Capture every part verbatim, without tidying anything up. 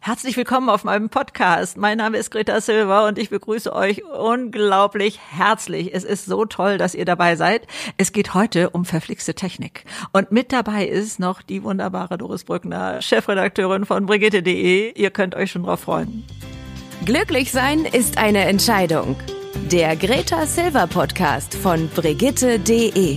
Herzlich willkommen auf meinem Podcast. Mein Name ist Greta Silver und ich begrüße euch unglaublich herzlich. Es ist so toll, dass ihr dabei seid. Es geht heute um verflixte Technik. Und mit dabei ist noch die wunderbare Doris Brückner, Chefredakteurin von Brigitte punkt de. Ihr könnt euch schon drauf freuen. Glücklich sein ist eine Entscheidung. Der Greta Silver Podcast von Brigitte punkt de.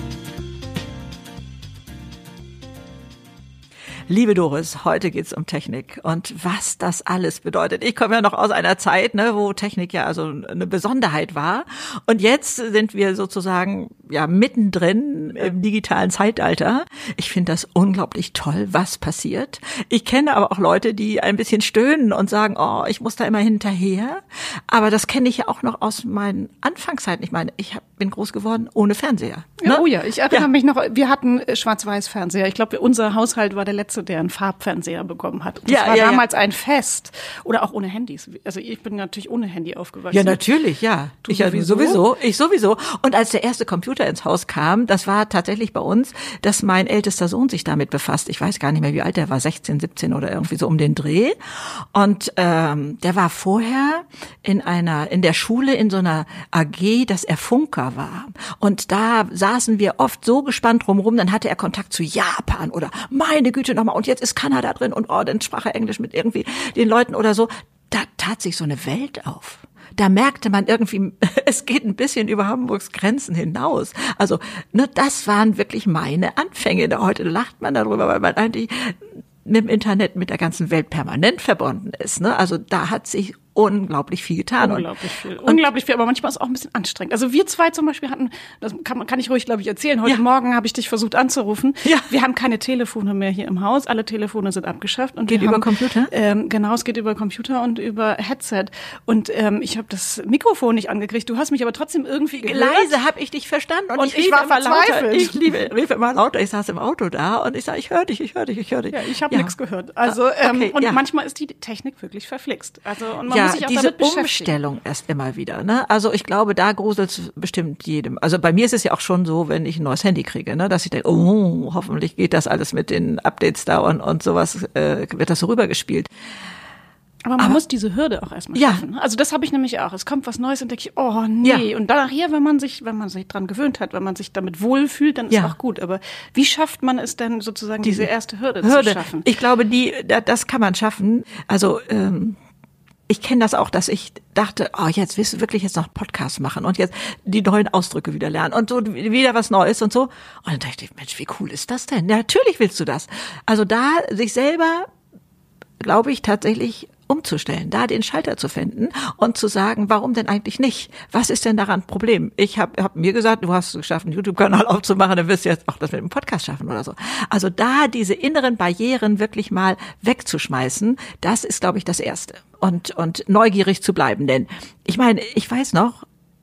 Liebe Doris, heute geht's um Technik und was das alles bedeutet. Ich komme ja noch aus einer Zeit, ne, wo Technik ja also eine Besonderheit war. Und jetzt sind wir sozusagen ja mittendrin im digitalen Zeitalter. Ich finde das unglaublich toll, was passiert. Ich kenne aber auch Leute, die ein bisschen stöhnen und sagen, oh, ich muss da immer hinterher. Aber das kenne ich ja auch noch aus meinen Anfangszeiten. Ich meine, ich hab, bin groß geworden ohne Fernseher. Ne? Ja, oh ja, ich erinnere ja. mich noch, wir hatten Schwarz-Weiß-Fernseher. Ich glaube, unser Haushalt war der letzte, der einen Farbfernseher bekommen hat. Das ja, war ja, damals ja. ein Fest. Oder auch ohne Handys. Also ich bin natürlich ohne Handy aufgewachsen. Ja, natürlich, ja. Du ich sowieso? sowieso. Ich sowieso. Und als der erste Computer ins Haus kam, das war tatsächlich bei uns, dass mein ältester Sohn sich damit befasst. Ich weiß gar nicht mehr, wie alt er war, sechzehn, siebzehn oder irgendwie so um den Dreh. Und ähm, der war vorher in einer, in der Schule in so einer A G, dass er Funker war. Und da saßen wir oft so gespannt drumherum, dann hatte er Kontakt zu Japan oder meine Güte nochmal und jetzt ist Kanada drin und oh, dann sprach er Englisch mit irgendwie den Leuten oder so. Da tat sich so eine Welt auf. Da merkte man irgendwie, es geht ein bisschen über Hamburgs Grenzen hinaus. Also, ne, das waren wirklich meine Anfänge. Heute lacht man darüber, weil man eigentlich mit dem Internet mit der ganzen Welt permanent verbunden ist. Ne? Also da hat sich unglaublich viel getan. Unglaublich viel. Und unglaublich viel, aber manchmal ist es auch ein bisschen anstrengend. Also wir zwei zum Beispiel hatten, das kann, kann ich ruhig, glaube ich, erzählen. Heute ja. Morgen habe ich dich versucht anzurufen. Ja. Wir haben keine Telefone mehr hier im Haus. Alle Telefone sind abgeschafft. Und geht wir über haben, Computer? Ähm, genau, es geht über Computer und über Headset. Und ähm, ich habe das Mikrofon nicht angekriegt. Du hast mich aber trotzdem irgendwie gehört. Leise habe ich dich verstanden. Und, und ich, ich war verzweifelt. Ich liebe, rief immer lauter. Ich saß im Auto da und ich sage, ich höre dich, ich höre dich, ich höre dich. Ja, ich habe ja. nichts gehört. Also ähm, okay, und ja. manchmal ist die Technik wirklich verflixt. Also und man ja, muss sich auch diese damit beschäftigen. Umstellung erst immer wieder, ne? Also ich glaube, da gruselt es bestimmt jedem. Also bei mir ist es ja auch schon so, wenn ich ein neues Handy kriege, ne, dass ich denke, oh, hoffentlich geht das alles mit den Updates da und, und sowas, äh, wird das so rübergespielt. Aber man Aber, muss diese Hürde auch erstmal ja. schaffen. Also das habe ich nämlich auch. Es kommt was Neues und denke ich, oh nee. Ja. Und nachher, wenn man sich, wenn man sich dran gewöhnt hat, wenn man sich damit wohlfühlt, dann ist ja. auch gut. Aber wie schafft man es denn sozusagen, diese, diese erste Hürde, Hürde zu schaffen? Ich glaube, die, das kann man schaffen. Also ähm, ich kenne das auch, dass ich dachte, oh, jetzt willst du wirklich jetzt noch Podcast machen und jetzt die neuen Ausdrücke wieder lernen und so wieder was Neues und so. Und dann dachte ich, Mensch, wie cool ist das denn? Ja, natürlich willst du das. Also da sich selber, glaube ich, tatsächlich umzustellen, da den Schalter zu finden und zu sagen, warum denn eigentlich nicht? Was ist denn daran ein Problem? Ich habe hab mir gesagt, du hast es geschafft, einen YouTube-Kanal aufzumachen, dann wirst du jetzt auch das mit dem Podcast schaffen oder so. Also da diese inneren Barrieren wirklich mal wegzuschmeißen, das ist, glaube ich, das Erste. Und, und neugierig zu bleiben, denn ich meine, ich weiß noch,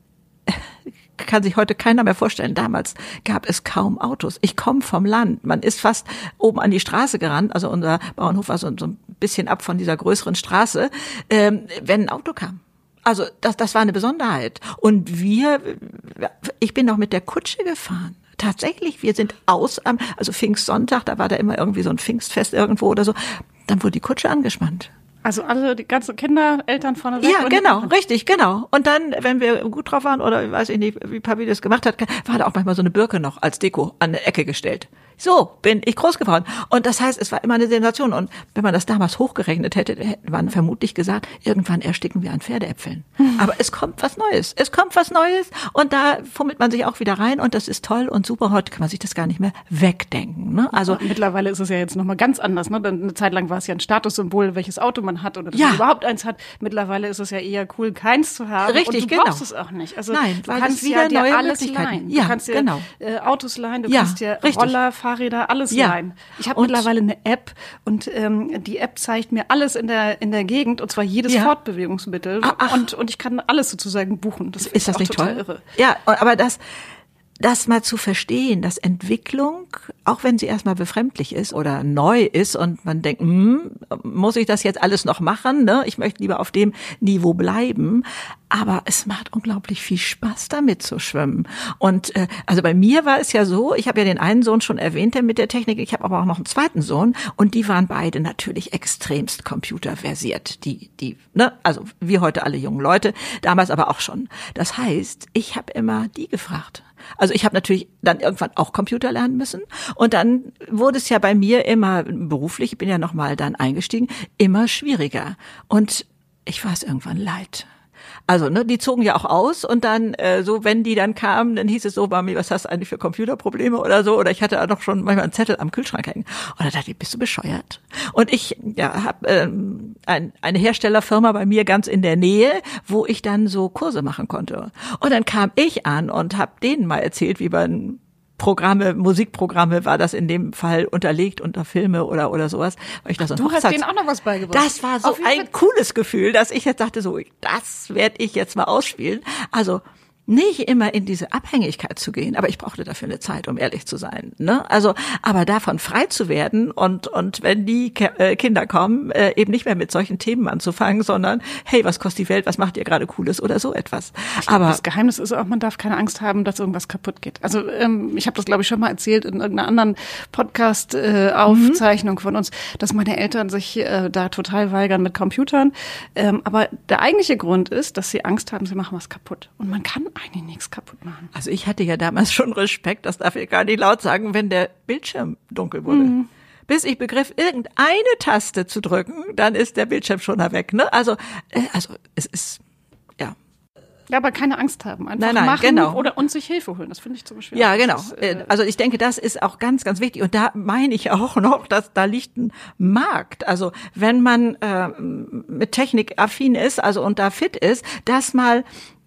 kann sich heute keiner mehr vorstellen. Damals gab es kaum Autos. Ich komme vom Land. Man ist fast oben an die Straße gerannt. Also unser Bauernhof war so, so ein bisschen ab von dieser größeren Straße, ähm, wenn ein Auto kam. Also das, das war eine Besonderheit. Und wir, ich bin noch mit der Kutsche gefahren. Tatsächlich, wir sind aus am, also Pfingstsonntag, da war da immer irgendwie so ein Pfingstfest irgendwo oder so. Dann wurde die Kutsche angespannt. Also alle, die ganzen Kinder, Eltern vorne weg. Ja, genau, richtig, genau. Und dann, wenn wir gut drauf waren oder weiß ich nicht, wie Papi das gemacht hat, war da auch manchmal so eine Birke noch als Deko an der Ecke gestellt. So bin ich groß geworden. Und das heißt, es war immer eine Sensation. Und wenn man das damals hochgerechnet hätte, hätte man vermutlich gesagt, irgendwann ersticken wir an Pferdeäpfeln. Mhm. Aber es kommt was Neues. Es kommt was Neues und da fummelt man sich auch wieder rein und das ist toll und super. Heute kann man sich das gar nicht mehr wegdenken. Ne? Also und mittlerweile ist es ja jetzt nochmal ganz anders. Ne? Eine Zeit lang war es ja ein Statussymbol, welches Auto man hat oder dass ja. man überhaupt eins hat. Mittlerweile ist es ja eher cool, keins zu haben. Richtig, und du genau. brauchst es auch nicht. Also Nein, du kannst ja dir alles leihen. Du ja, kannst dir genau. äh, Autos leihen, du ja, kannst dir richtig. Roller, Fahrräder, alles ja. leihen. Ich habe mittlerweile eine App und ähm, die App zeigt mir alles in der in der Gegend und zwar jedes ja. Fortbewegungsmittel ach, ach. und und ich kann alles sozusagen buchen. Das ist das auch nicht total toll? Irre. Ja, aber das das mal zu verstehen, dass Entwicklung, auch wenn sie erstmal befremdlich ist oder neu ist und man denkt, hm, muss ich das jetzt alles noch machen? Ne? Ich möchte lieber auf dem Niveau bleiben. Aber es macht unglaublich viel Spaß, damit zu schwimmen. Und äh, also bei mir war es ja so, ich habe ja den einen Sohn schon erwähnt, der mit der Technik, ich habe aber auch noch einen zweiten Sohn und die waren beide natürlich extremst computerversiert. Die, die, ne, also wie heute alle jungen Leute, damals aber auch schon. Das heißt, ich habe immer die gefragt. Also ich habe natürlich dann irgendwann auch Computer lernen müssen und dann wurde es ja bei mir immer beruflich, ich bin ja nochmal dann eingestiegen, immer schwieriger und ich war es irgendwann leid. Also, ne, die zogen ja auch aus und dann, äh, so, wenn die dann kamen, dann hieß es so, Mami, was hast du eigentlich für Computerprobleme oder so? Oder ich hatte auch noch schon manchmal einen Zettel am Kühlschrank hängen. Und da dachte ich, bist du bescheuert? Und ich, ja, habe ähm, ein, eine Herstellerfirma bei mir ganz in der Nähe, wo ich dann so Kurse machen konnte. Und dann kam ich an und habe denen mal erzählt, wie man Programme, Musikprogramme war das in dem Fall unterlegt unter Filme oder oder sowas. Weil ich da so du hast denen auch noch was beigebracht. Das war so ein cooles Gefühl, dass ich jetzt dachte, so, das werde ich jetzt mal ausspielen. Also nicht immer in diese Abhängigkeit zu gehen, aber ich brauchte dafür eine Zeit, um ehrlich zu sein. Ne? Also, aber davon frei zu werden und und wenn die Ke- äh, Kinder kommen, äh, eben nicht mehr mit solchen Themen anzufangen, sondern hey, was kostet die Welt, was macht ihr gerade Cooles oder so etwas. Ich Aber glaub, das Geheimnis ist auch, man darf keine Angst haben, dass irgendwas kaputt geht. Also ähm, ich habe das, glaube ich, schon mal erzählt in irgendeiner anderen Podcast-Aufzeichnung äh, von uns, dass meine Eltern sich äh, da total weigern mit Computern. Ähm, aber der eigentliche Grund ist, dass sie Angst haben, sie machen was kaputt. Und man kann eigentlich nichts kaputt machen. Also ich hatte ja damals schon Respekt, das darf ich gar nicht laut sagen, wenn der Bildschirm dunkel wurde. Mhm. Bis ich begriff, irgendeine Taste zu drücken, dann ist der Bildschirm schon da weg. Ne? Also, äh, also es ist, ja. Ja, aber keine Angst haben, einfach nein, nein, machen genau. oder und sich Hilfe holen. Das finde ich zum Beispiel. Ja, auch, genau. Ist, äh, also ich denke, das ist auch ganz, ganz wichtig. Und da meine ich auch noch, dass da liegt ein Markt. Also wenn man äh, mit Technik affin ist, also und da fit ist, das mal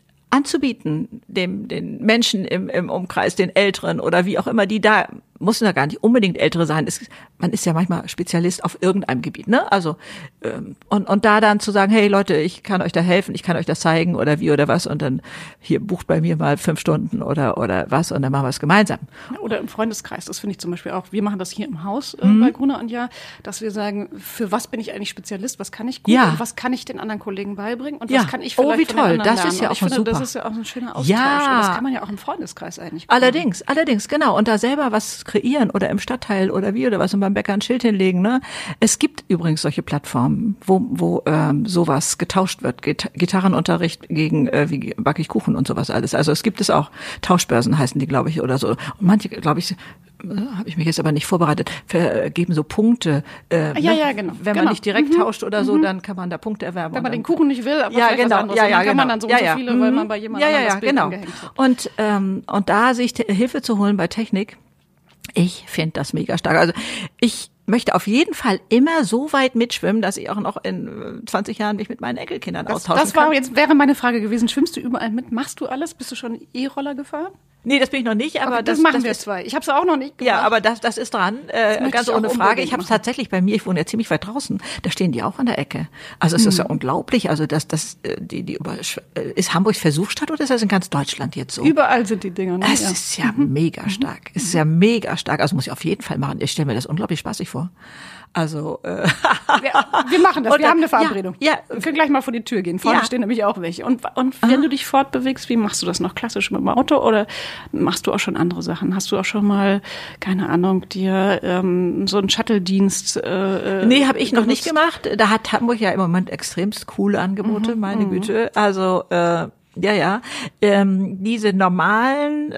anzubieten, dem, den Menschen im, im Umkreis, den Älteren oder wie auch immer, die da, müssen ja gar nicht unbedingt Ältere sein. Es, man ist ja manchmal Spezialist auf irgendeinem Gebiet, ne? Also, ähm, und, und da dann zu sagen, hey Leute, ich kann euch da helfen, ich kann euch das zeigen oder wie oder was und dann hier bucht bei mir mal fünf Stunden oder, oder was und dann machen wir es gemeinsam. Oder im Freundeskreis, das finde ich zum Beispiel auch. Wir machen das hier im Haus äh, mhm. bei Gruner und Ja, dass wir sagen, für was bin ich eigentlich Spezialist, was kann ich gut ja. und was kann ich den anderen Kollegen beibringen und ja. was kann ich vielleicht oh, wie von toll. den anderen das lernen. Ist ja auch ich finde, super. Das ist ja auch ein schöner Austausch. Ja. Und das kann man ja auch im Freundeskreis eigentlich. Allerdings, machen. allerdings, genau. Und da selber was kreieren oder im Stadtteil oder wie oder was und beim Bäcker ein Schild hinlegen. Ne? Es gibt übrigens solche Plattformen, wo, wo ähm, sowas getauscht wird. Gita- Gitarrenunterricht gegen äh, wie backe ich Kuchen und sowas alles. Also es gibt es auch. Tauschbörsen heißen die, glaube ich, oder so. Und manche, glaube ich, habe ich mich jetzt aber nicht vorbereitet, vergeben so Punkte. Äh, ja, ne? ja, genau. Wenn genau. man nicht direkt mhm. tauscht oder so, mhm. dann kann man da Punkte erwerben. Wenn man den Kuchen nicht will, aber ja, vielleicht genau, was anderes. ja, ja, dann kann genau. man dann so ja, und so ja. viele, mhm. weil man bei jemandem ja, ja, das Bild genau. angehängt hat. Und, ähm, und da sich t- Hilfe zu holen bei Technik, ich finde das mega stark. Also ich möchte auf jeden Fall immer so weit mitschwimmen, dass ich auch noch in zwanzig Jahren mich mit meinen Enkelkindern das, austauschen das war kann. Jetzt wäre meine Frage gewesen, schwimmst du überall mit? Machst du alles? Bist du schon E-Roller gefahren? Nee, das bin ich noch nicht, aber okay, das, das machen das wir ist, zwei. Ich habe es auch noch nicht gemacht. Ja, aber das das ist dran, äh, das ganz ich ohne Frage. Ich habe es machen. tatsächlich bei mir, ich wohne ja ziemlich weit draußen, da stehen die auch an der Ecke. Also es mhm. ist ja unglaublich, also das das die die über, ist Hamburg Versuchsstadt oder ist das in ganz Deutschland jetzt so? Überall sind die Dinger, ne? Es ja. ist ja mhm. mega stark. Es ist ja mega stark, also muss ich auf jeden Fall machen. Ich stelle mir das unglaublich spaßig vor. Also äh, wir, wir machen das, und wir dann, haben eine Verabredung. Ja, ja. Wir können gleich mal vor die Tür gehen. Vorne ja. stehen nämlich auch welche. Und, und wenn Aha. du dich fortbewegst, wie machst du das noch klassisch mit dem Auto oder machst du auch schon andere Sachen? Hast du auch schon mal, keine Ahnung, dir ähm, so einen Shuttle-Dienst äh, Nee, habe ich noch nicht gemacht. Da hat Hamburg ja im Moment extremst coole Angebote, mhm. meine mhm. Güte. Also äh, ja, ja. Ähm, diese normalen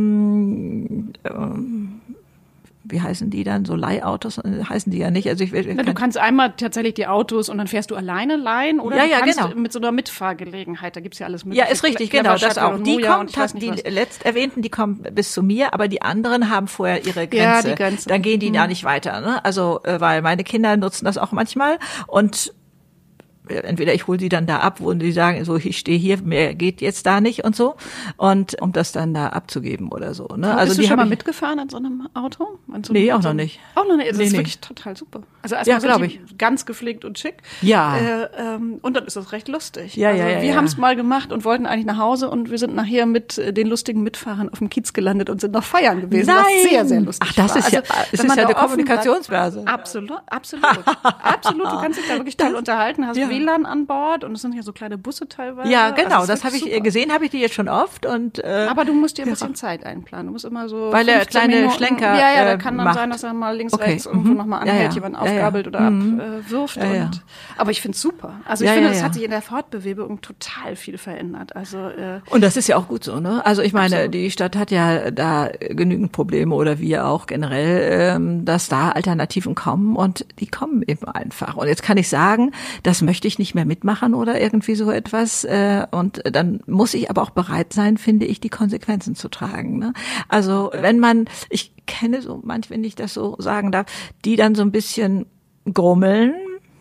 ähm, ähm, wie heißen die dann, so Leihautos, heißen die ja nicht. Also ich, ich Na, du kannst einmal tatsächlich die Autos und dann fährst du alleine leihen oder ja, du ja, kannst genau. mit so einer Mitfahrgelegenheit, da gibt's ja alles mögliche. Ja, ist richtig, genau, das auch. Die kommen, die letzterwähnten, die kommen bis zu mir, aber die anderen haben vorher ihre Grenze. Ja, die Grenze. Dann gehen die mhm. da nicht weiter, ne? Also, weil meine Kinder nutzen das auch manchmal und entweder ich hole sie dann da ab, wo die sagen, so ich stehe hier, mehr geht jetzt da nicht und so, und um das dann da abzugeben oder so. Ne? Aber also bist die du schon mal ich, mitgefahren an so einem Auto? An so nee, einem, auch so noch nicht. Auch noch nicht. Das nee, ist nee. wirklich total super. Also ja, erstmal glaube sind ich. die ganz gepflegt und schick. Ja. Äh, ähm, und dann ist das recht lustig. Ja, also ja, ja, wir ja. haben es mal gemacht und wollten eigentlich nach Hause und wir sind nachher mit äh, den lustigen Mitfahrern auf dem Kiez gelandet und sind noch feiern gewesen. Nein. Was sehr, sehr lustig Ach, das war. ist ja, also, es wenn ist man ja da eine offen Kommunikationsverse. bleibt- Absolut, absolut. Absolut. Du kannst dich da wirklich toll unterhalten, hast Ja. W L A N an Bord und es sind ja so kleine Busse teilweise. Ja, genau, Also es das ist habe ich wirklich super. gesehen, habe ich die jetzt schon oft. Und äh, Aber du musst dir ein bisschen Zeit einplanen. Du musst immer so Weil er fünfzehn kleine Minuten, Schlenker, Ja, ja, da äh, kann dann macht. sein, dass er mal links, Okay, rechts irgendwo mhm. nochmal Ja, anhält, ja. jemanden Ja, ja. aufgabelt oder Mhm. abwirft. Ja, ja. Und, aber ich finde es super. Also ich Ja, finde, ja, es ja. hat sich in der Fortbewegung total viel verändert. Also äh, Und das ist ja auch gut so, ne? Also ich meine, Absolut. die Stadt hat ja da genügend Probleme oder wir auch generell, ähm, dass da Alternativen kommen und die kommen eben einfach. Und jetzt kann ich sagen, das möchte ich nicht mehr mitmachen oder irgendwie so etwas. Äh, und dann muss ich aber auch bereit sein, finde ich, die Konsequenzen zu tragen. Ne? Also wenn man, ich kenne so manch, wenn ich das so sagen darf, die dann so ein bisschen grummeln.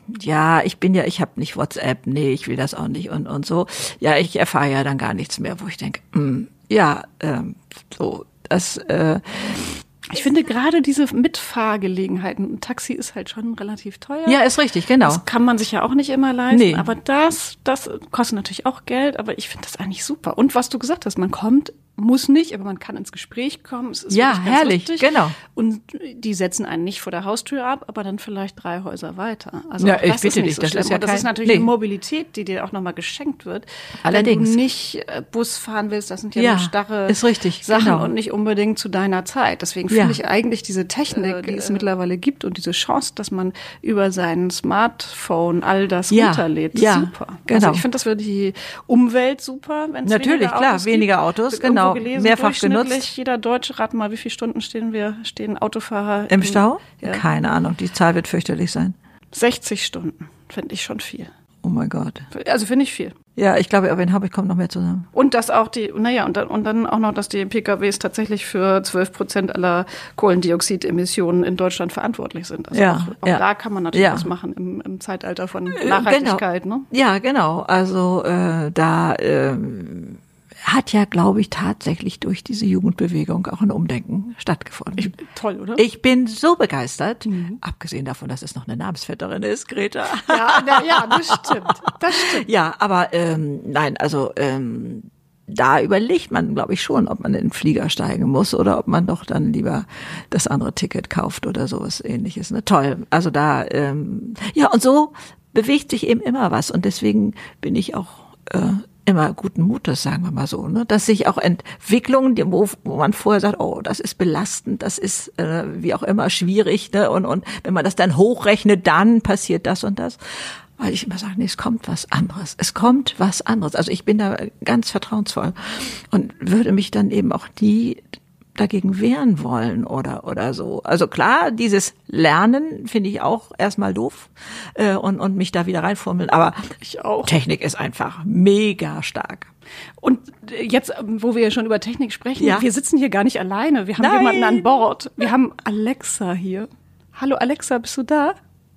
Ja, ich bin ja, ich habe nicht WhatsApp, nee, ich will das auch nicht und und so. Ja, ich erfahre ja dann gar nichts mehr, wo ich denke, mh, ja, ähm, so, das, äh, ich finde gerade diese Mitfahrgelegenheiten, ein Taxi ist halt schon relativ teuer. ja, ist richtig, genau. Das kann man sich ja auch nicht immer leisten. Nee. Aber das, das kostet natürlich auch Geld, aber ich finde das eigentlich super. Und was du gesagt hast, man kommt, muss nicht, aber man kann ins Gespräch kommen. Es ist Ja, wirklich ganz herrlich, lustig. genau. Und die setzen einen nicht vor der Haustür ab, aber dann vielleicht drei Häuser weiter. Also Ja, auch ich das bitte ist nicht dich, so das schlimm. ist ja Und das kein- ist natürlich nee. eine Mobilität, die dir auch nochmal geschenkt wird. Allerdings. Wenn du nicht äh, Bus fahren willst, das sind ja, Ja, nur starre ist richtig, Sachen genau. und nicht unbedingt zu deiner Zeit. Deswegen Ja. finde ich eigentlich diese Technik, die es mittlerweile gibt und diese Chance, dass man über sein Smartphone all das Ja, runterlädt, ja, super. genau. Also ich finde das für die Umwelt super, wenn es Natürlich, weniger klar, Autos weniger gibt. Autos, Wird irgendwo genau, gelesen, mehrfach durchschnittlich genutzt. Jeder Deutsche, rat mal, wie viele Stunden stehen wir, stehen Autofahrer Im Stau? Ja. Keine Ahnung, die Zahl wird fürchterlich sein. sechzig Stunden, finde ich schon viel. Oh mein Gott. Also finde ich viel. Ja, ich glaube, aber in Hamburg kommt noch mehr zusammen. Und dass auch die, naja, und dann, und dann auch noch, dass die P K Ws tatsächlich für zwölf Prozent aller Kohlendioxidemissionen in Deutschland verantwortlich sind. Also Ja, auch, auch ja. da kann man natürlich Ja. was machen im, im Zeitalter von Äh, Nachhaltigkeit, genau. ne? Ja, genau. Also äh, da ähm, hat ja, glaube ich, tatsächlich durch diese Jugendbewegung auch ein Umdenken stattgefunden. Ich, toll, oder? Ich bin so begeistert, Mhm. abgesehen davon, dass es noch eine Namensvetterin ist, Greta. ja, na, ja, das stimmt. Das stimmt. Ja, aber ähm, nein, also ähm, da überlegt man, glaube ich, schon, ob man in den Flieger steigen muss oder ob man doch dann lieber das andere Ticket kauft oder sowas Ähnliches. Ne? Toll. Also da, ähm, ja, und so bewegt sich eben immer was. Und deswegen bin ich auch äh, immer guten Mutes, sagen wir mal so, ne? Dass sich auch Entwicklungen, die- wo, wo man vorher sagt, oh, das ist belastend, das ist äh, wie auch immer schwierig, ne? Und, und wenn man das dann hochrechnet, dann passiert das und das. Weil ich immer sage, nee, es kommt was anderes. Es kommt was anderes. Also ich bin da ganz vertrauensvoll und würde mich dann eben auch nie dagegen wehren wollen oder oder so. Also klar, dieses Lernen finde ich auch erstmal doof äh, und und mich da wieder reinfummeln, aber Ich auch. Technik ist einfach mega stark. Und jetzt, wo wir ja schon über Technik sprechen, Ja. wir sitzen hier gar nicht alleine. Wir haben Nein. jemanden an Bord. Wir haben Alexa hier. Hallo Alexa, bist du da?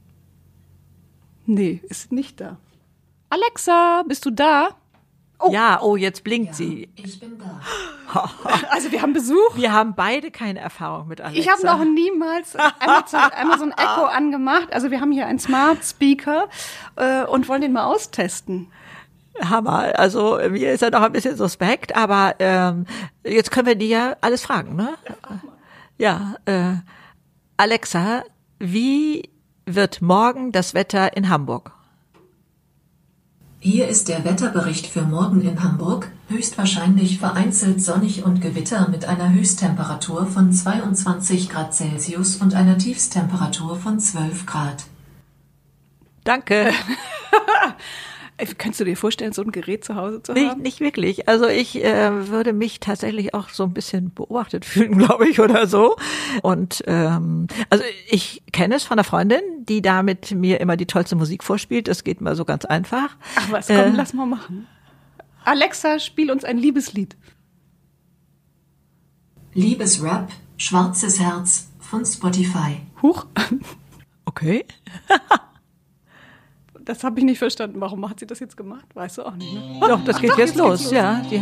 Nee, ist nicht da. Alexa, bist du da? Oh. Ja, oh, jetzt blinkt sie. Ich bin da. Also wir haben Besuch. Wir haben beide keine Erfahrung mit Alexa. Ich habe noch niemals Amazon, Amazon Echo angemacht. Also wir haben hier einen Smart Speaker äh, und wollen den mal austesten. Hammer. Also mir ist er noch ein bisschen suspekt, aber ähm, jetzt können wir dir ja alles fragen, ne? Ja, äh, Alexa, wie wird morgen das Wetter in Hamburg? Hier ist der Wetterbericht für morgen in Hamburg. Höchstwahrscheinlich vereinzelt sonnig und Gewitter mit einer Höchsttemperatur von zweiundzwanzig Grad Celsius und einer Tiefsttemperatur von zwölf Grad. Danke. Kannst du dir vorstellen, so ein Gerät zu Hause zu Nee, haben? nicht wirklich. Also ich äh, würde mich tatsächlich auch so ein bisschen beobachtet fühlen, glaube ich, oder so. Und ähm, also ich kenne es von einer Freundin, die da mit mir immer die tollste Musik vorspielt. Das geht mal so ganz einfach. Ach was, komm, Äh, lass mal machen. Alexa, spiel uns ein Liebeslied. Liebesrap, Schwarzes Herz von Spotify. Huch. Okay. das habe ich nicht verstanden. Warum hat sie das jetzt gemacht? Weißt du auch nicht, ne? Doch, das geht Doch, jetzt, jetzt los, geht's los. ja. Die,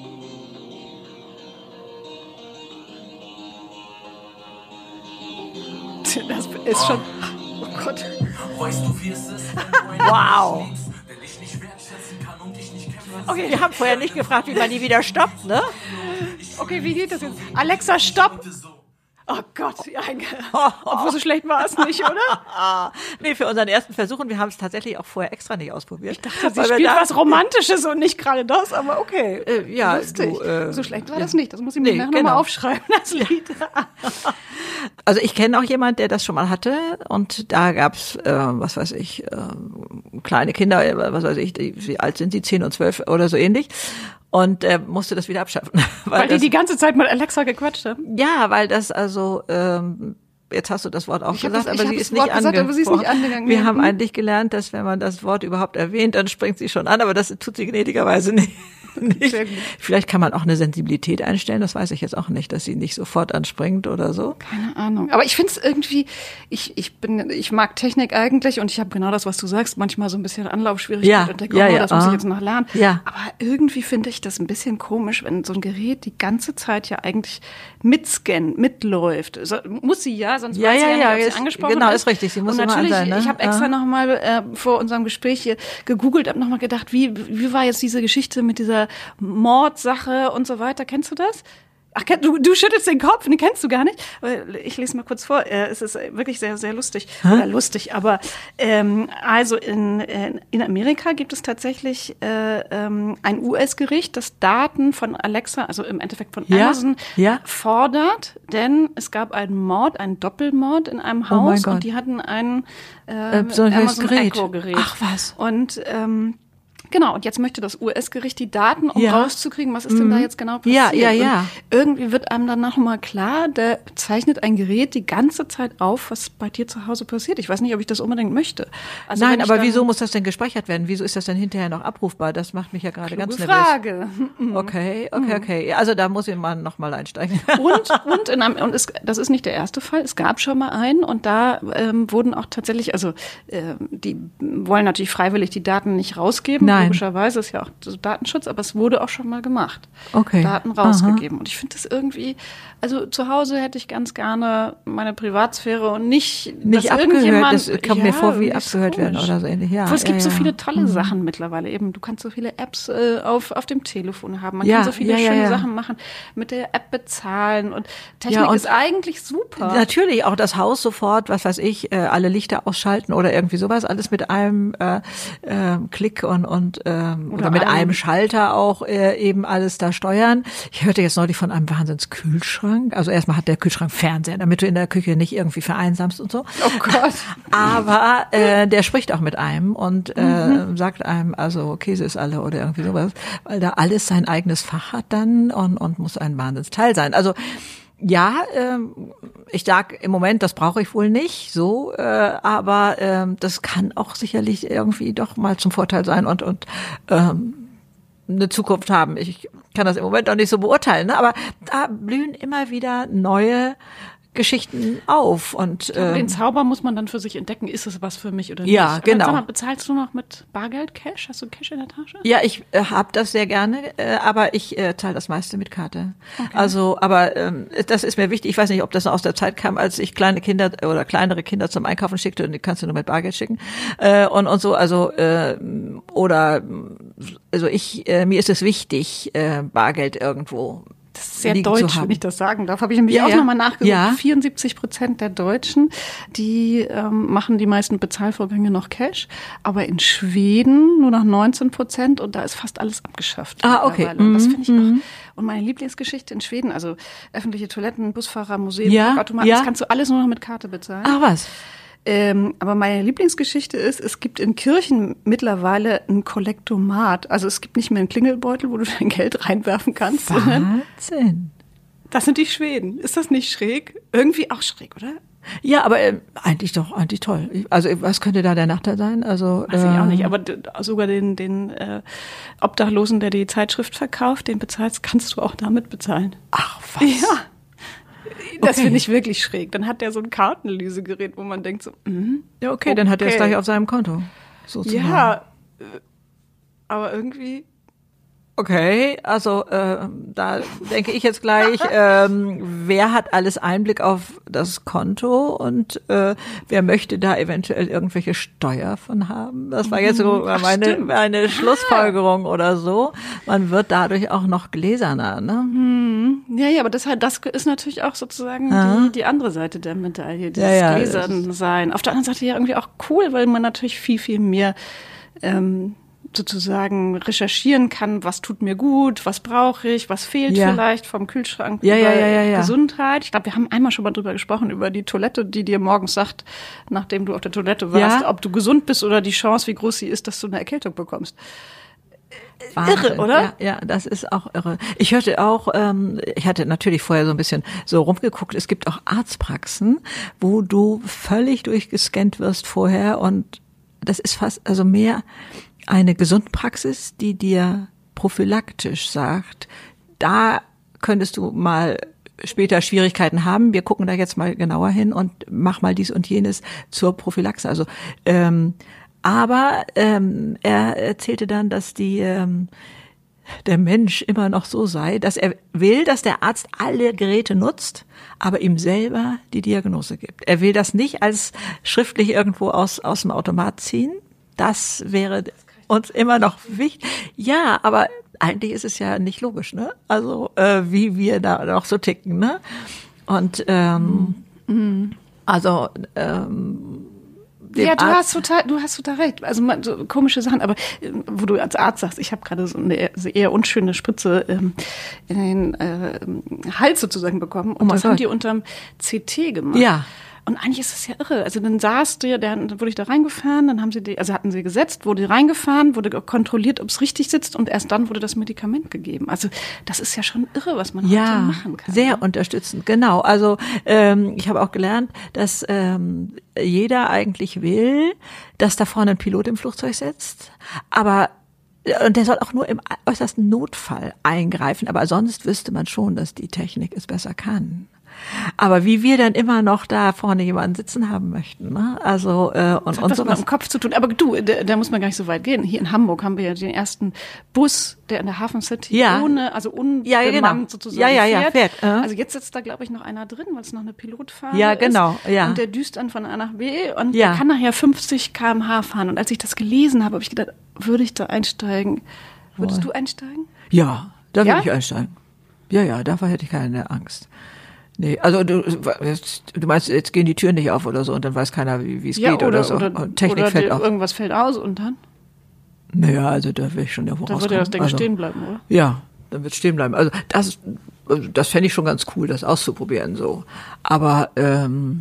das ist schon... Oh Gott. Weißt du, wie es ist? wow. Wenn ich nicht wertschätzen kann und ich nicht kämpfen. Okay, wir haben vorher nicht gefragt, wie man die wieder stoppt, ne? Okay, wie geht das jetzt? Alexa, stopp! Oh Gott, ja, obwohl so schlecht war es nicht, oder? Nee, für unseren ersten Versuch, und wir haben es tatsächlich auch vorher extra nicht ausprobiert. Ich dachte, sie spielt was Romantisches und nicht gerade das, aber okay. Äh, ja, lustig. Du, äh, so schlecht war ja. das nicht, das muss ich mir Nee, nachher genau. nochmal aufschreiben, das Lied. Also ich kenne auch jemand, der das schon mal hatte, und da gab's, äh, was weiß ich, äh, kleine Kinder, äh, was weiß ich, die, wie alt sind sie, zehn und zwölf oder so ähnlich. Und er äh, musste das wieder abschaffen. Weil, weil das, die die ganze Zeit mit Alexa gequatscht haben? Ja, weil das also, ähm, jetzt hast du das Wort auch ich gesagt, das, aber, sie das ist, Wort nicht gesagt, aber sie ist nicht angegangen. Wir haben eigentlich gelernt, dass wenn man das Wort überhaupt erwähnt, dann springt sie schon an, aber das tut sie gnädigerweise nicht. nicht. Vielleicht kann man auch eine Sensibilität einstellen, das weiß ich jetzt auch nicht, dass sie nicht sofort anspringt oder so. Keine Ahnung. Aber ich finde es irgendwie, ich, ich bin, ich mag Technik eigentlich und ich habe genau das, was du sagst, manchmal so ein bisschen Anlaufschwierigkeit ja, und denke, ja, oh, ja, das muss ah. ich jetzt noch lernen. Ja. Aber irgendwie finde ich das ein bisschen komisch, wenn so ein Gerät die ganze Zeit ja eigentlich mitscannt, mitläuft. So, muss sie ja, sonst ja, weiß ja, sie ja, ja, nicht, ob ist, sie angesprochen genau, ist. ist richtig, sie muss und immer natürlich, an sein, ne? Ich habe extra ja. nochmal äh, vor unserem Gespräch hier gegoogelt, habe nochmal gedacht, wie, wie war jetzt diese Geschichte mit dieser Mordsache und so weiter. Kennst du das? Ach, du, du schüttelst den Kopf, den kennst du gar nicht. Ich lese mal kurz vor. Es ist wirklich sehr, sehr lustig. Hä? Oder lustig, aber ähm, also in, in Amerika gibt es tatsächlich äh, ähm, ein U S-Gericht, das Daten von Alexa, also im Endeffekt von ja? Amazon, ja? fordert, denn es gab einen Mord, einen Doppelmord in einem Haus oh und die hatten ein äh, äh, so ein Amazon Gerät. Echo-Gerät. Ach was. Und ähm, genau, und jetzt möchte das U S-Gericht die Daten, um ja. rauszukriegen, was ist denn da jetzt genau passiert. Ja, ja, ja. Und irgendwie wird einem dann nochmal klar, der zeichnet ein Gerät die ganze Zeit auf, was bei dir zu Hause passiert. Ich weiß nicht, ob ich das unbedingt möchte. Also Nein, aber dann, wieso muss das denn gespeichert werden? Wieso ist das denn hinterher noch abrufbar? Das macht mich ja gerade ganz nervös. Frage. Okay, okay, okay. Also da muss ich mal nochmal einsteigen. Und, und, in einem, und es, das ist nicht der erste Fall. Es gab schon mal einen und da ähm, wurden auch tatsächlich, also äh, die wollen natürlich freiwillig die Daten nicht rausgeben. Nein. Logischerweise ist ja auch so Datenschutz, aber es wurde auch schon mal gemacht. Okay. Daten rausgegeben. Aha. Und ich finde das irgendwie, also zu Hause hätte ich ganz gerne meine Privatsphäre und nicht, nicht dass abgehört. Das kommt ja, mir vor, wie abgehört komisch. werden oder so ähnlich. Ja, aber es gibt ja, so ja. viele tolle mhm. Sachen mittlerweile eben. Du kannst so viele Apps äh, auf, auf dem Telefon haben. Man ja, kann so viele ja, schöne ja, ja. Sachen machen, mit der App bezahlen und Technik ja, und ist eigentlich super. Natürlich auch das Haus sofort, was weiß ich, äh, alle Lichter ausschalten oder irgendwie sowas, alles mit einem äh, äh, Klick und und ähm, oder, oder mit einem, einem Schalter auch äh, eben alles da steuern. Ich hörte jetzt neulich von einem Wahnsinnskühlschrank. Also erstmal hat der Kühlschrank Fernseher, damit du in der Küche nicht irgendwie vereinsamst und so. Oh Gott. Aber äh, der spricht auch mit einem und äh, mhm. sagt einem, also Käse ist alle oder irgendwie sowas, weil da alles sein eigenes Fach hat dann und und muss ein Wahnsinnsteil sein. Also ja, ähm, ich sag im Moment, das brauche ich wohl nicht, so, äh, aber ähm, das kann auch sicherlich irgendwie doch mal zum Vorteil sein und und ähm, eine Zukunft haben. Ich kann das im Moment noch nicht so beurteilen, ne? Aber da blühen immer wieder neue Geschichten auf und ähm, den Zauber muss man dann für sich entdecken. Ist es was für mich oder nicht? Ja, genau. Sag mal, bezahlst du noch mit Bargeld, Cash? Hast du Cash in der Tasche? Ja, ich äh, habe das sehr gerne, äh, aber ich äh, zahle das meiste mit Karte. Okay. Also, aber ähm, das ist mir wichtig. Ich weiß nicht, ob das noch aus der Zeit kam, als ich kleine Kinder oder kleinere Kinder zum Einkaufen schickte und die kannst du nur mit Bargeld schicken äh, und und so. Also äh, oder also ich äh, mir ist es wichtig, äh, Bargeld irgendwo. Das ist sehr deutsch, wenn ich das sagen darf. Habe ich nämlich ja, auch ja. nochmal nachgeguckt. Ja. vierundsiebzig Prozent der Deutschen, die ähm, machen die meisten Bezahlvorgänge noch Cash. Aber in Schweden nur noch neunzehn Prozent und da ist fast alles abgeschafft. Ah, okay. Und das finde ich mhm. auch. Und meine Lieblingsgeschichte in Schweden, also öffentliche Toiletten, Busfahrer, Museen, ja, Automaten, ja. das kannst du alles nur noch mit Karte bezahlen. Ah, was? Ähm, aber meine Lieblingsgeschichte ist, es gibt in Kirchen mittlerweile ein Kollektomat. Also es gibt nicht mehr einen Klingelbeutel, wo du dein Geld reinwerfen kannst. Wahnsinn. Das sind die Schweden. Ist das nicht schräg? Irgendwie auch schräg, oder? Ja, aber äh, eigentlich doch, eigentlich toll. Also was könnte da der Nachteil sein? Also weiß ich auch nicht, aber d- sogar den, den äh, Obdachlosen, der die Zeitschrift verkauft, den bezahlst, kannst du auch damit bezahlen. Ach, was? Ja. Das okay. finde ich wirklich schräg. Dann hat der so ein Kartenlesegerät, wo man denkt so, mm, ja, okay, okay, dann hat er es gleich auf seinem Konto. sozusagen. Ja, äh, aber irgendwie. Okay, also äh, da denke ich jetzt gleich, ähm, wer hat alles Einblick auf das Konto und äh, wer möchte da eventuell irgendwelche Steuer von haben? Das war jetzt so Ach, meine, stimmt. meine Schlussfolgerung oder so. Man wird dadurch auch noch gläserner, ne? Ja, ja, aber das, halt, das ist natürlich auch sozusagen Ja. die, die andere Seite der Medaille, dieses Ja, ja, Gläsern sein. Auf der anderen Seite ja irgendwie auch cool, weil man natürlich viel, viel mehr ähm, sozusagen recherchieren kann, was tut mir gut, was brauche ich, was fehlt Ja. vielleicht vom Kühlschrank Ja, über ja, ja, ja, ja. Gesundheit. Ich glaube, wir haben einmal schon mal drüber gesprochen, über die Toilette, die dir morgens sagt, nachdem du auf der Toilette warst, Ja. ob du gesund bist oder die Chance, wie groß sie ist, dass du eine Erkältung bekommst. Wahnsinn. Irre, oder? Ja, ja, das ist auch irre. Ich hörte auch, ähm, ich hatte natürlich vorher so ein bisschen so rumgeguckt, es gibt auch Arztpraxen, wo du völlig durchgescannt wirst vorher und das ist fast, also mehr eine Gesundpraxis, die dir prophylaktisch sagt, da könntest du mal später Schwierigkeiten haben. Wir gucken da jetzt mal genauer hin und mach mal dies und jenes zur Prophylaxe. Also, ähm, aber ähm, er erzählte dann, dass die ähm, der Mensch immer noch so sei, dass er will, dass der Arzt alle Geräte nutzt, aber ihm selber die Diagnose gibt. Er will das nicht als schriftlich irgendwo aus aus dem Automat ziehen. Das wäre uns immer noch wichtig. Ja, aber eigentlich ist es ja nicht logisch, ne? Also äh, wie wir da noch so ticken, ne? Und ähm, mhm. also ähm, Ja, du Arzt, hast total, du hast total recht. Also man, so komische Sachen, aber äh, wo du als Arzt sagst, ich habe gerade so eine eher, so eher unschöne Spritze ähm, in den äh, Hals sozusagen bekommen und Oh mein das haben Gott. die unterm C T gemacht. Ja. Und eigentlich ist das ja irre. Also dann saß der, dann wurde ich da reingefahren, dann haben sie die, also hatten sie gesetzt, wurde reingefahren, wurde kontrolliert, ob es richtig sitzt und erst dann wurde das Medikament gegeben. Also das ist ja schon irre, was man heute ja, machen kann. sehr ne? unterstützend, genau. Also ähm, ich habe auch gelernt, dass ähm, jeder eigentlich will, dass da vorne ein Pilot im Flugzeug sitzt, aber und der soll auch nur im äußersten Notfall eingreifen, aber sonst wüsste man schon, dass die Technik es besser kann. Aber wie wir dann immer noch da vorne jemanden sitzen haben möchten, ne? Also äh, und, Das hat und was mit sowas. dem Kopf zu tun. Aber du, da, da muss man gar nicht so weit gehen. Hier in Hamburg haben wir ja den ersten Bus, der in der Hafen City Ja. ohne, also unbemannt Ja, ja, genau. sozusagen Ja, ja, ja, fährt. fährt, äh. Also jetzt sitzt da, glaube ich, noch einer drin, weil es noch eine Pilotfahrt Ja, ist. genau, ja. Und der düst dann von A nach B und Ja. der kann nachher fünfzig Kilometer pro Stunde fahren. Und als ich das gelesen habe, habe ich gedacht, würde ich da einsteigen? Würdest Boah. du einsteigen? Ja, da würde Ja? ich einsteigen. Ja, ja, davor hätte ich keine Angst. Nee, also du, jetzt, du meinst, jetzt gehen die Türen nicht auf oder so und dann weiß keiner, wie wie es geht oder, so. Oder, und Technik oder fällt dir auf. irgendwas fällt aus und dann? Naja, also da will ich schon irgendwo Dann rauskommen. würde ja das Ding also, stehen bleiben, oder? Ja, dann wird stehen bleiben. Also das, also das fände ich schon ganz cool, das auszuprobieren so. Aber ähm,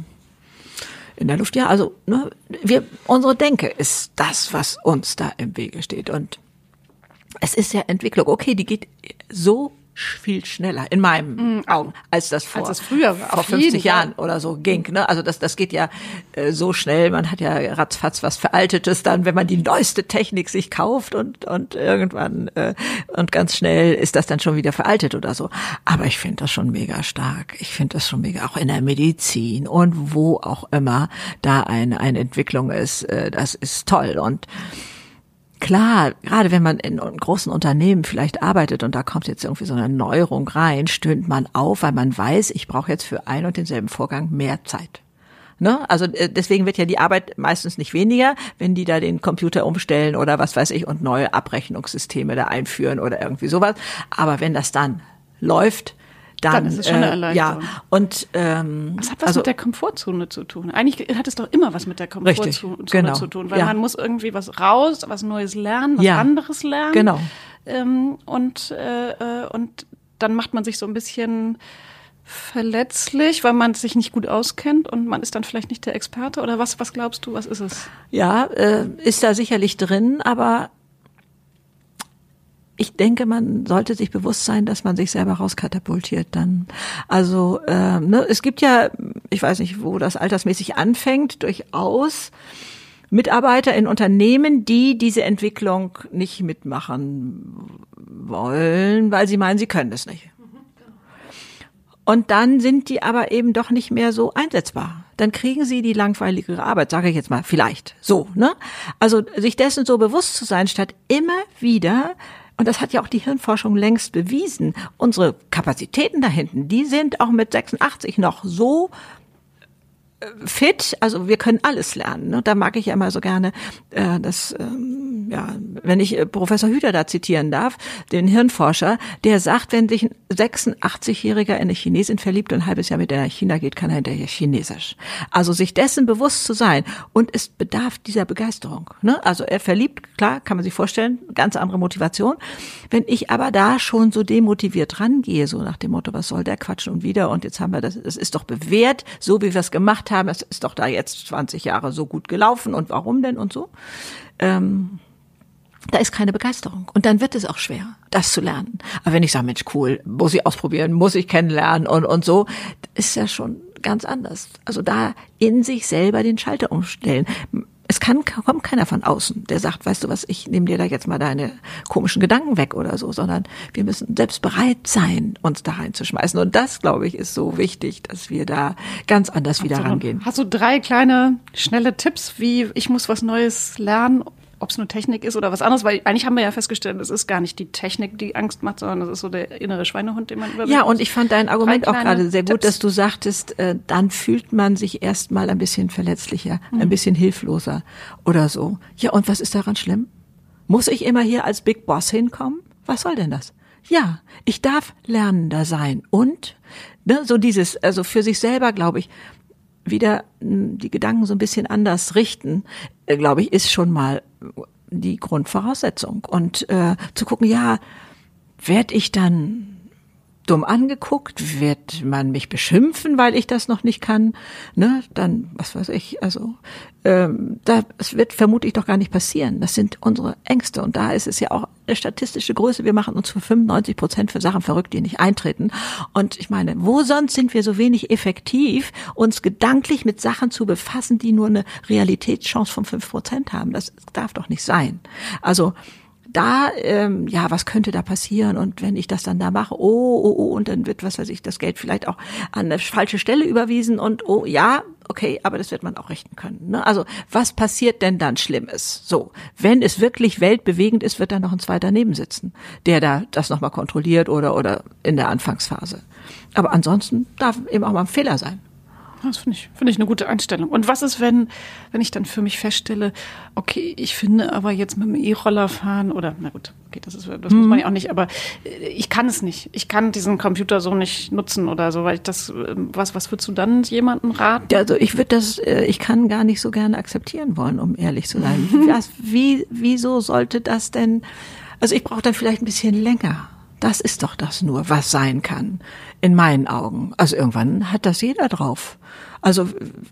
in der Luft, ja, also ne, wir, unsere Denke ist das, was uns da im Wege steht. Und es ist ja Entwicklung. Okay, die geht so viel schneller in meinen Augen, als das vor, Als es früher war, vor auf jeden fünfzig Jahren Fall. oder so ging. Ne? Also das, das geht ja äh, so schnell. Man hat ja ratzfatz was Veraltetes dann, wenn man die neueste Technik sich kauft und und irgendwann äh, und ganz schnell ist das dann schon wieder veraltet oder so. Aber ich finde das schon mega stark. Ich finde das schon mega, auch in der Medizin und wo auch immer da eine eine Entwicklung ist. Äh, das ist toll und klar, gerade wenn man in großen Unternehmen vielleicht arbeitet und da kommt jetzt irgendwie so eine Neuerung rein, stöhnt man auf, weil man weiß, ich brauche jetzt für einen und denselben Vorgang mehr Zeit. Ne? Also äh, deswegen wird ja die Arbeit meistens nicht weniger, wenn die da den Computer umstellen oder was weiß ich und neue Abrechnungssysteme da einführen oder irgendwie sowas. Aber wenn das dann läuft, dann, Dann ist es schon eine äh, Erleichterung. Ja, und ähm, Das hat was also, mit der Komfortzone zu tun. Eigentlich hat es doch immer was mit der Komfortzone Richtig, genau. zu tun, weil Ja. man muss irgendwie was raus, was Neues lernen, was Ja. anderes lernen. Genau. Ähm, und äh, äh, und dann macht man sich so ein bisschen verletzlich, weil man sich nicht gut auskennt und man ist dann vielleicht nicht der Experte oder was? Was glaubst du? Was ist es? Ja, äh, ist da sicherlich drin, aber ich denke, man sollte sich bewusst sein, dass man sich selber rauskatapultiert dann. Also ähm, ne, es gibt ja, ich weiß nicht, wo das altersmäßig anfängt, durchaus Mitarbeiter in Unternehmen, die diese Entwicklung nicht mitmachen wollen, weil sie meinen, sie können es nicht. Und dann sind die aber eben doch nicht mehr so einsetzbar. dann kriegen sie die langweiligere Arbeit, sage ich jetzt mal, vielleicht. So, ne? Also sich dessen so bewusst zu sein, statt immer wieder, und das hat ja auch die Hirnforschung längst bewiesen, unsere Kapazitäten da hinten, die sind auch mit sechsundachtzig noch so fit, also wir können alles lernen. Ne? Da mag ich ja immer so gerne, äh, das, ähm, ja, wenn ich äh, Professor Hüter da zitieren darf, den Hirnforscher, der sagt, wenn sich ein sechsundachtzigjähriger in eine Chinesin verliebt und ein halbes Jahr mit der nach China geht, kann er hinterher Chinesisch. Also sich dessen bewusst zu sein und es bedarf dieser Begeisterung. Ne? Also er verliebt, klar, kann man sich vorstellen, ganz andere Motivation. Wenn ich aber da schon so demotiviert rangehe, so nach dem Motto, was soll der Quatsch und wieder und jetzt haben wir das, es ist doch bewährt, so wie wir es gemacht haben, es ist doch da jetzt zwanzig Jahre so gut gelaufen und warum denn und so. Ähm, da ist keine Begeisterung. Und dann wird es auch schwer, das zu lernen. Aber wenn ich sage, Mensch, cool, muss ich ausprobieren, muss ich kennenlernen und, und so, ist ja schon ganz anders. Also da in sich selber den Schalter umstellen. Es kann, kommt keiner von außen, der sagt, weißt du was, ich nehme dir da jetzt mal deine komischen Gedanken weg oder so, sondern wir müssen selbst bereit sein, uns da reinzuschmeißen. Und das, glaube ich, ist so wichtig, dass wir da ganz anders wieder Absolut. rangehen. Hast du drei kleine, schnelle Tipps, wie ich muss was Neues lernen, ob es nur Technik ist oder was anderes? Weil eigentlich haben wir ja festgestellt, es ist gar nicht die Technik, die Angst macht, sondern es ist so der innere Schweinehund, den man überwinden Ja, und muss. ich fand dein Argument auch gerade sehr gut, Tipps. dass du sagtest, äh, dann fühlt man sich erstmal ein bisschen verletzlicher, mhm. ein bisschen hilfloser oder so. Ja, und was ist daran schlimm? Muss ich immer hier als Big Boss hinkommen? Was soll denn das? Ja, ich darf Lernender sein und ne, so dieses, also für sich selber, glaube ich, wieder die Gedanken so ein bisschen anders richten, äh, glaube ich, ist schon mal die Grundvoraussetzung. Und äh, zu gucken, ja, werd ich dann dumm angeguckt, wird man mich beschimpfen, weil ich das noch nicht kann, ne, dann, was weiß ich, also, ähm, da, es wird vermutlich doch gar nicht passieren. Das sind unsere Ängste und da ist es ja auch eine statistische Größe. Wir machen uns für fünfundneunzig Prozent für Sachen verrückt, die nicht eintreten. Und ich meine, wo sonst sind wir so wenig effektiv, uns gedanklich mit Sachen zu befassen, die nur eine Realitätschance von fünf Prozent haben? Das darf doch nicht sein. Also, da, ähm, ja, was könnte da passieren? Und wenn ich das dann da mache, oh, oh, oh, und dann wird, was weiß ich, das Geld vielleicht auch an eine falsche Stelle überwiesen und oh, ja, okay, aber das wird man auch richten können. Ne? Also, was passiert denn dann Schlimmes? So, wenn es wirklich weltbewegend ist, wird da noch ein zweiter nebensitzen, der da das nochmal kontrolliert oder, oder in der Anfangsphase. Aber ansonsten darf eben auch mal ein Fehler sein. Das finde ich, finde ich eine gute Einstellung. Und was ist, wenn, wenn ich dann für mich feststelle, okay, ich finde aber jetzt mit dem E-Roller fahren oder, na gut, okay, das ist, das mhm. muss man ja auch nicht, aber ich kann es nicht. Ich kann diesen Computer so nicht nutzen oder so, weil ich das, was, was würdest du dann jemandem raten? Ja, also ich würde das, ich kann gar nicht so gerne akzeptieren wollen, um ehrlich zu sein. Was, wie, wieso sollte das denn, also ich brauche dann vielleicht ein bisschen länger. Das ist doch das nur, was sein kann, in meinen Augen. Also irgendwann hat das jeder drauf. Also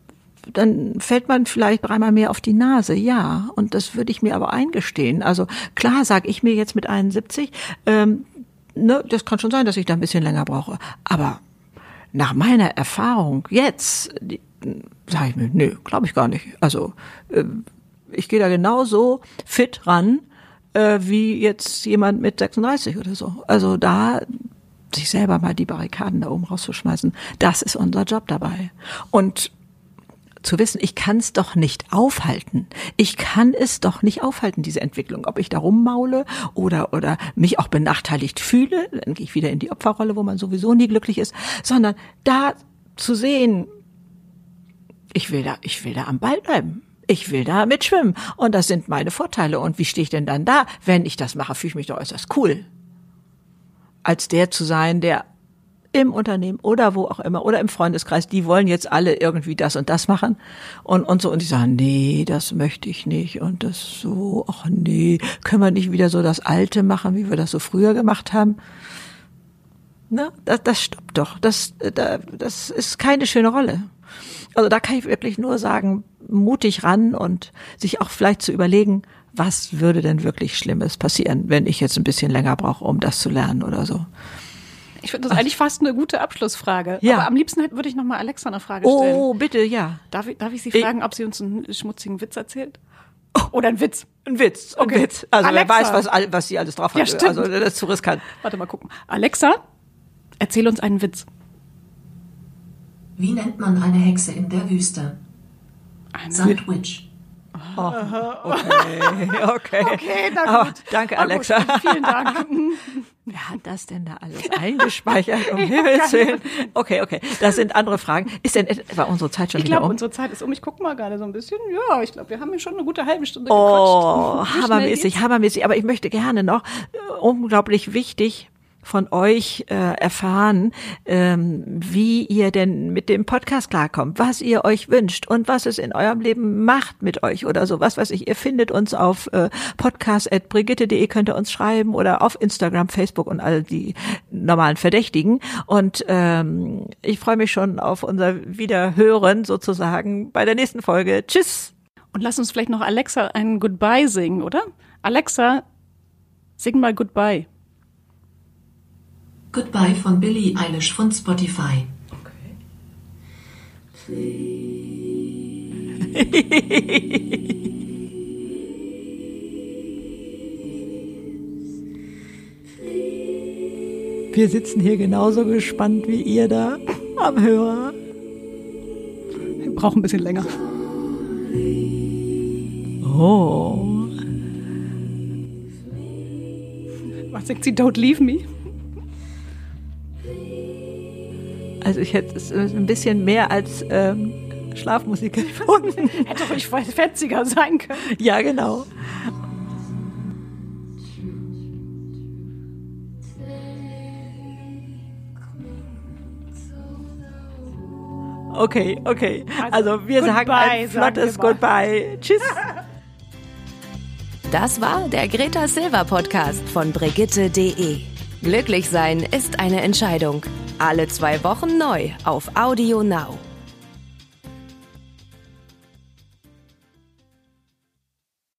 dann fällt man vielleicht dreimal mehr auf die Nase, ja. Und das würde ich mir aber eingestehen. Also klar sage ich mir jetzt mit einundsiebzig, ähm, ne, das kann schon sein, dass ich da ein bisschen länger brauche. Aber nach meiner Erfahrung jetzt, sage ich mir, nee, glaube ich gar nicht. Also äh, ich gehe da genauso fit ran, wie jetzt jemand mit sechsunddreißig oder so. Also da sich selber mal die Barrikaden da oben rauszuschmeißen, das ist unser Job dabei. Und zu wissen, ich kann es doch nicht aufhalten. Ich kann es doch nicht aufhalten, diese Entwicklung. Ob ich da rummaule oder oder mich auch benachteiligt fühle, dann gehe ich wieder in die Opferrolle, wo man sowieso nie glücklich ist, sondern da zu sehen, ich will da, ich will da am Ball bleiben. Ich will da mitschwimmen und das sind meine Vorteile. Und wie stehe ich denn dann da? Wenn ich das mache, fühle ich mich doch äußerst cool. Als der zu sein, der im Unternehmen oder wo auch immer oder im Freundeskreis, die wollen jetzt alle irgendwie das und das machen und und so und die sagen, nee, das möchte ich nicht und das so, ach nee, können wir nicht wieder so das Alte machen, wie wir das so früher gemacht haben? Ne? Das, das stoppt doch. Das, das ist keine schöne Rolle. Also da kann ich wirklich nur sagen, mutig ran und sich auch vielleicht zu überlegen, was würde denn wirklich Schlimmes passieren, wenn ich jetzt ein bisschen länger brauche, um das zu lernen oder so. Ich finde das eigentlich fast eine gute Abschlussfrage. Ja. Aber am liebsten würde ich noch mal Alexa eine Frage stellen. Oh, bitte, ja. Darf ich, darf ich Sie fragen, ich, ob sie uns einen schmutzigen Witz erzählt? Oder ein Witz? Ein Witz, ein okay. Witz. Also Alexa. wer weiß, was, was sie alles drauf hat. Ja, stimmt. Also das ist zu riskant. Warte mal gucken. Alexa, erzähl uns einen Witz. Wie nennt man eine Hexe in der Wüste? Eine Sand Witch. Oh, okay, okay. Okay, na gut. Oh, danke, Na Alexa. gut, vielen Dank. Wer hat das denn da alles eingespeichert, um Himmels Willen? Okay, okay, das sind andere Fragen. Ist denn etwa unsere Zeit schon Ich wieder glaube, um? unsere Zeit ist um. Ich guck mal gerade so ein bisschen. Ja, ich glaube, wir haben hier schon eine gute halbe Stunde Oh, gequatscht. Wie schnell hammermäßig, geht's? hammermäßig. Aber ich möchte gerne noch, äh, unglaublich wichtig, von euch äh, erfahren, ähm, wie ihr denn mit dem Podcast klarkommt, was ihr euch wünscht und was es in eurem Leben macht mit euch oder so. Was weiß ich, ihr findet uns auf äh, podcast at brigitte punkt de, könnt ihr uns schreiben oder auf Instagram, Facebook und all die normalen Verdächtigen. Und ähm, ich freue mich schon auf unser Wiederhören sozusagen bei der nächsten Folge. Tschüss! Und lass uns vielleicht noch Alexa einen Goodbye singen, oder? Alexa, sing mal Goodbye. Goodbye von Billie Eilish von Spotify. Wir sitzen hier genauso gespannt wie ihr da am Hörer. Wir brauchen ein bisschen länger. Oh. Was sagt sie? Don't leave me? Also ich hätte es ein bisschen mehr als ähm, Schlafmusik gefunden. Hätte ruhig fetziger sein können. Ja, genau. Okay, okay. Also wir sagen ein Goodbye, sagen flottes wir mal. Goodbye. Tschüss. Das war der Greta Silver Podcast von brigitte punkt de. Glücklich sein ist eine Entscheidung. Alle zwei Wochen neu auf Audio Now.